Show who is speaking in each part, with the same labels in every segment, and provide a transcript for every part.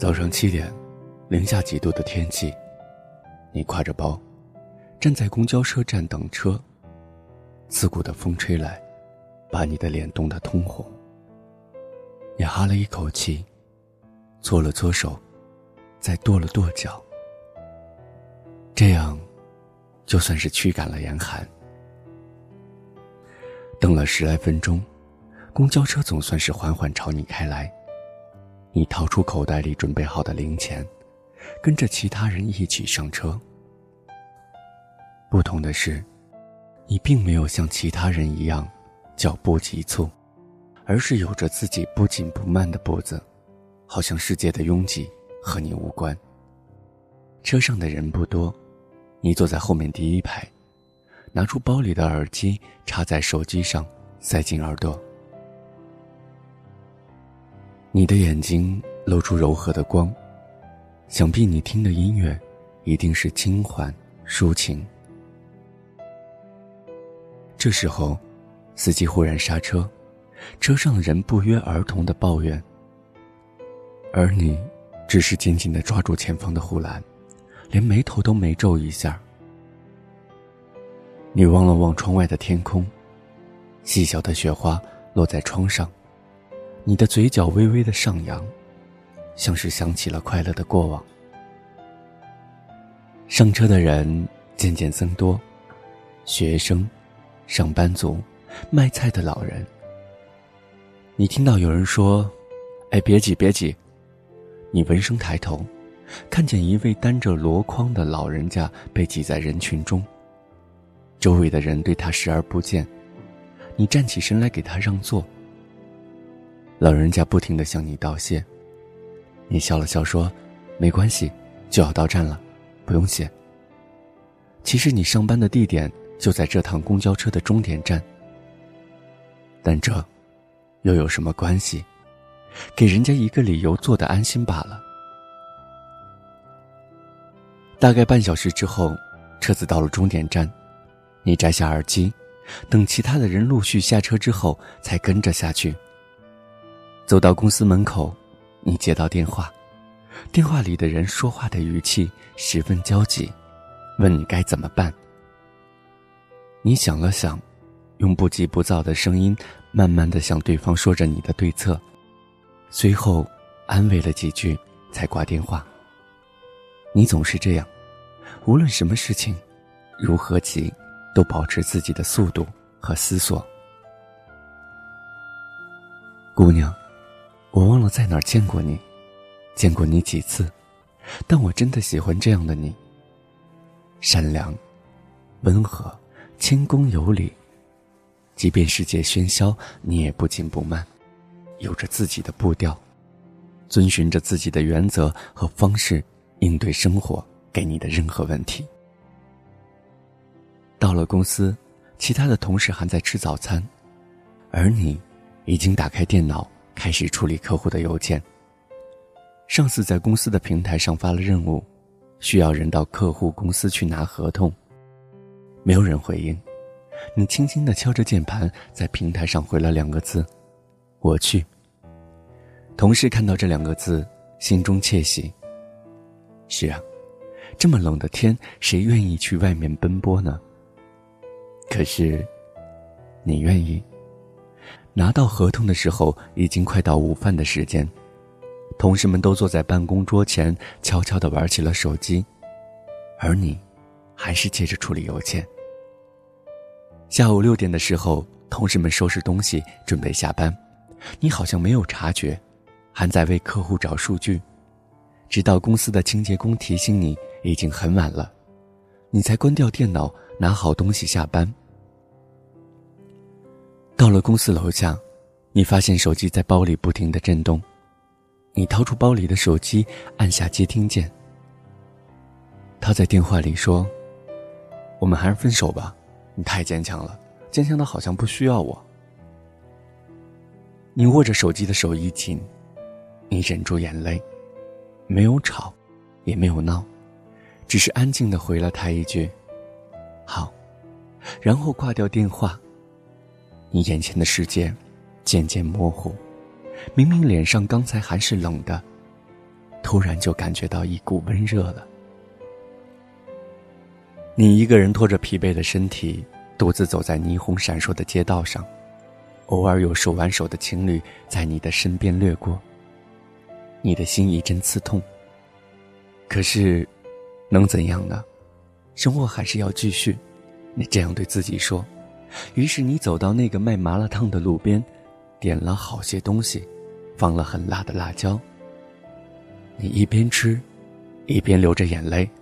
Speaker 1: 早上7点，零下几度的天气，你挎着包，站在公交车站等车，刺骨的风吹来，把你的脸冻得通红。你哈了一口气，搓了搓手，再跺了跺脚，这样就算是驱赶了严寒。等了10来分钟，公交车总算是缓缓朝你开来。你掏出口袋里准备好的零钱，跟着其他人一起上车。不同的是，你并没有像其他人一样脚步急促，而是有着自己不紧不慢的步子，好像世界的拥挤和你无关。车上的人不多，你坐在后面第一排，拿出包里的耳机插在手机上，塞进耳朵。你的眼睛露出柔和的光，想必你听的音乐一定是轻缓抒情。这时候，司机忽然刹车，车上的人不约而同地抱怨，而你只是紧紧地抓住前方的护栏，连眉头都没皱一下。你望了望窗外的天空，细小的雪花落在窗上，你的嘴角微微的上扬，像是想起了快乐的过往。上车的人渐渐增多，学生、上班族、卖菜的老人。你听到有人说：“哎，别挤别挤。”你闻声抬头，看见一位担着箩筐的老人家被挤在人群中，周围的人对他视而不见。你站起身来给他让座，老人家不停地向你道谢。你笑了笑说：“没关系，就要到站了，不用谢。”其实你上班的地点就在这趟公交车的终点站，但这又有什么关系？给人家一个理由坐得安心罢了。大概半小时之后，车子到了终点站，你摘下耳机，等其他的人陆续下车之后才跟着下去。走到公司门口，你接到电话，电话里的人说话的语气十分焦急，问你该怎么办。你想了想，用不急不躁的声音慢慢地向对方说着你的对策，随后安慰了几句才挂电话。你总是这样，无论什么事情如何急，都保持自己的速度和思索。姑娘，我忘了在哪儿见过你，见过你几次，但我真的喜欢这样的你。善良、温和、谦恭有礼，即便世界喧嚣，你也不紧不慢，有着自己的步调，遵循着自己的原则和方式应对生活给你的任何问题。到了公司，其他的同事还在吃早餐，而你已经打开电脑开始处理客户的邮件。上司在公司的平台上发了任务，需要人到客户公司去拿合同。没有人回应，你轻轻地敲着键盘，在平台上回了2个字：我去。同事看到这2个字，心中窃喜。是啊，这么冷的天，谁愿意去外面奔波呢？可是你愿意。拿到合同的时候，已经快到午饭的时间，同事们都坐在办公桌前悄悄地玩起了手机，而你还是接着处理邮件。下午6点的时候，同事们收拾东西准备下班，你好像没有察觉，还在为客户找数据，直到公司的清洁工提醒你已经很晚了，你才关掉电脑，拿好东西下班。到了公司楼下，你发现手机在包里不停地震动，你掏出包里的手机，按下接听键。他在电话里说：“我们还是分手吧，你太坚强了，坚强的好像不需要我。”你握着手机的手一紧，你忍住眼泪，没有吵，也没有闹，只是安静地回了他一句：“好。”然后挂掉电话。你眼前的世界渐渐模糊，明明脸上刚才还是冷的， 突然就感觉到一股温热了。你一个人拖着疲惫的身体，独自走在霓虹闪烁的街道上，偶尔有手挽手的情侣在你的身边掠过，你的心一阵刺痛。可是能怎样呢？生活还是要继续，你这样对自己说。于是你走到那个卖麻辣烫的路边，点了好些东西，放了很辣的辣椒。你一边吃一边流着眼泪。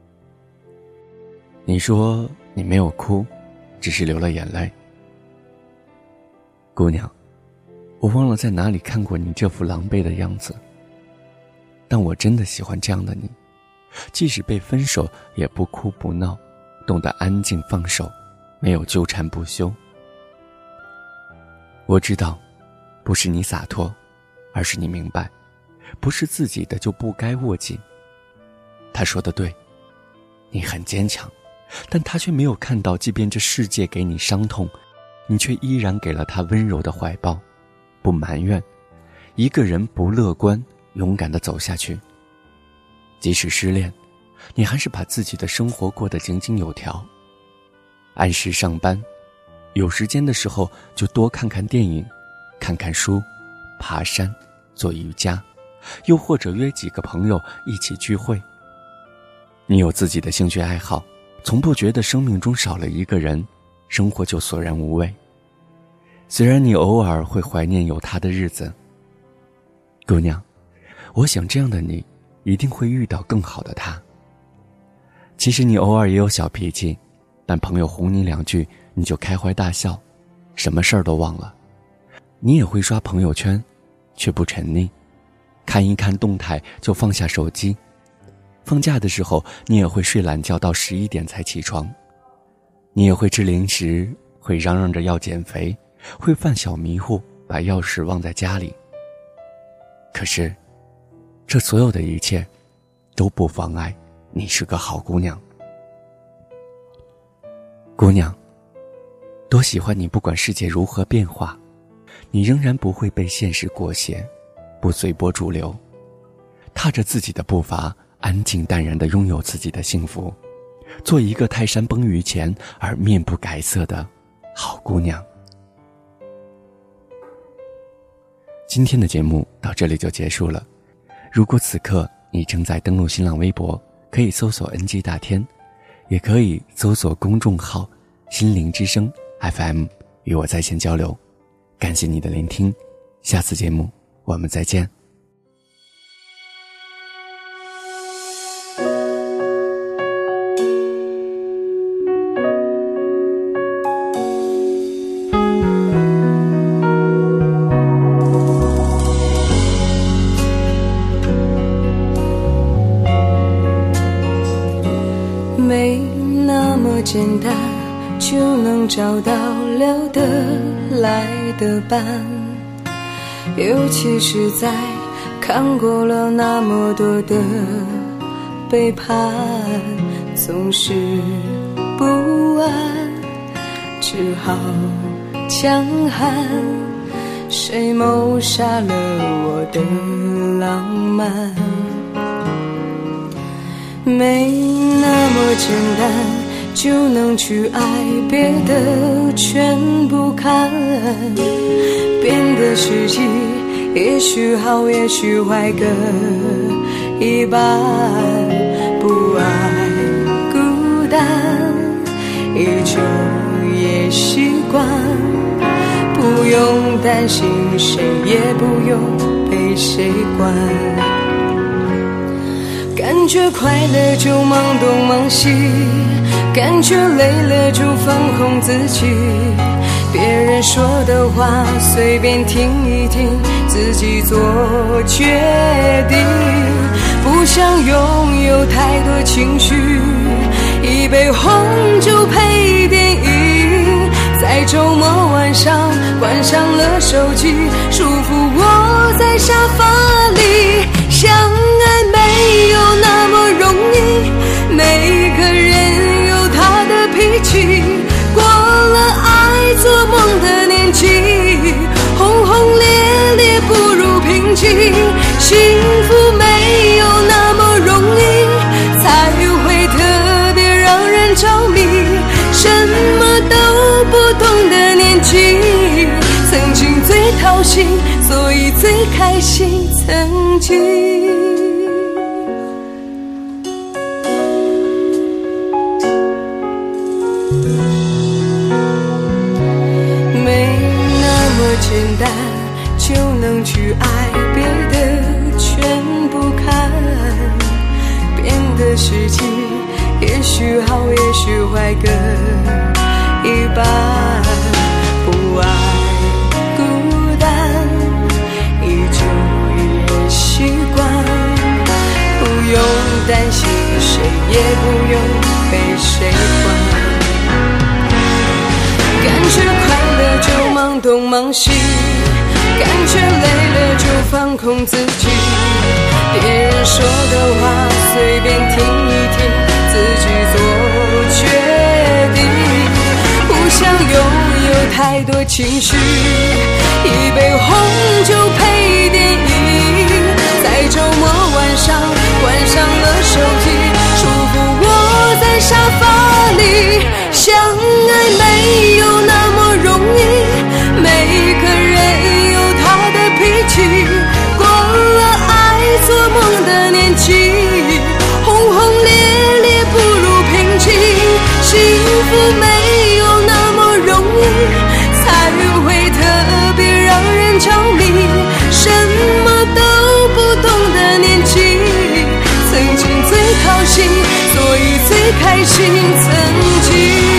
Speaker 1: 你说你没有哭，只是流了眼泪。姑娘，我忘了在哪里看过你这副狼狈的样子，但我真的喜欢这样的你，即使被分手也不哭不闹，懂得安静放手，没有纠缠不休。我知道，不是你洒脱，而是你明白，不是自己的就不该握紧。他说得对，你很坚强，但他却没有看到，即便这世界给你伤痛，你却依然给了他温柔的怀抱，不埋怨，一个人不乐观，勇敢地走下去。即使失恋，你还是把自己的生活过得井井有条，按时上班，有时间的时候就多看看电影，看看书，爬山，做瑜伽，又或者约几个朋友一起聚会。你有自己的兴趣爱好，从不觉得生命中少了一个人，生活就索然无味。虽然你偶尔会怀念有他的日子，姑娘，我想这样的你一定会遇到更好的他。其实你偶尔也有小脾气，但朋友哄你两句，你就开怀大笑，什么事儿都忘了。你也会刷朋友圈，却不沉溺，看一看动态就放下手机。放假的时候，你也会睡懒觉到11点才起床。你也会吃零食，会嚷嚷着要减肥，会犯小迷糊，把钥匙忘在家里。可是，这所有的一切都不妨碍你是个好姑娘。姑娘，多喜欢你，不管世界如何变化，你仍然不会被现实裹挟，不随波逐流，踏着自己的步伐，安静淡然地拥有自己的幸福，做一个泰山崩于前而面不改色的好姑娘。今天的节目到这里就结束了。如果此刻你正在登录新浪微博，可以搜索 NG 大天，也可以搜索公众号心灵之声 FM 与我在线交流。感谢你的聆听，下次节目我们再见。
Speaker 2: 没那么简单就能找到聊得来的伴，尤其是在看过了那么多的背叛，总是不安，只好强悍。谁谋杀了我的浪漫？没那么简单就能去爱，别的全不看。变的时机也许好也许坏各一半，不爱孤单依旧也习惯，不用担心谁也不用被谁管，感觉快乐就忙东忙西，感觉累了就放空自己，别人说的话随便听一听，自己做决定，不想拥有太多情绪，一杯红酒配电影，在周末晚上关上了手机，舒服窝在沙发里。相爱没有那么容易，每个人有他的脾气，过了爱做梦的年纪，轰轰烈烈不如平静，幸福没掏心，所以最开心曾经。简单就能去爱，别的全不看。变的事情也许好也许坏各一半。不爱孤单依旧一人习惯，不用担心谁也不用被谁管。感觉快乐就忙东忙西，感觉累了就放空自己，别人说的话随便听一听，自己做决定。不想拥有太多情绪，一杯红酒配电影，在周末晚上关上了手机，舒服窝在沙发里。相爱没有那么容易，每个人有他的脾气，过了爱做梦的年纪，轰轰烈烈不如平静。幸福没有那么容易，才会特别让人着迷。什么都不懂的年纪，曾经最掏心，所以最开心。曾经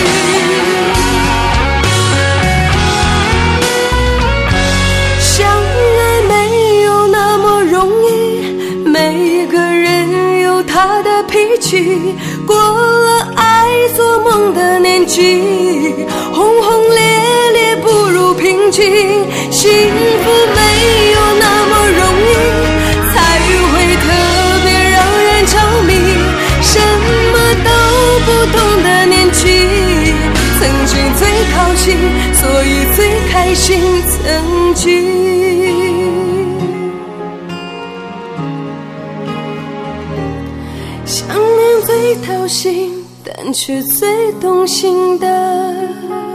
Speaker 2: 过了爱做梦的年纪，轰轰烈烈不如平静。幸福没有那么容易，才会特别让人着迷。什么都不懂的年纪，曾经最掏心，所以最开心。曾经想念最掏心，但却最动心的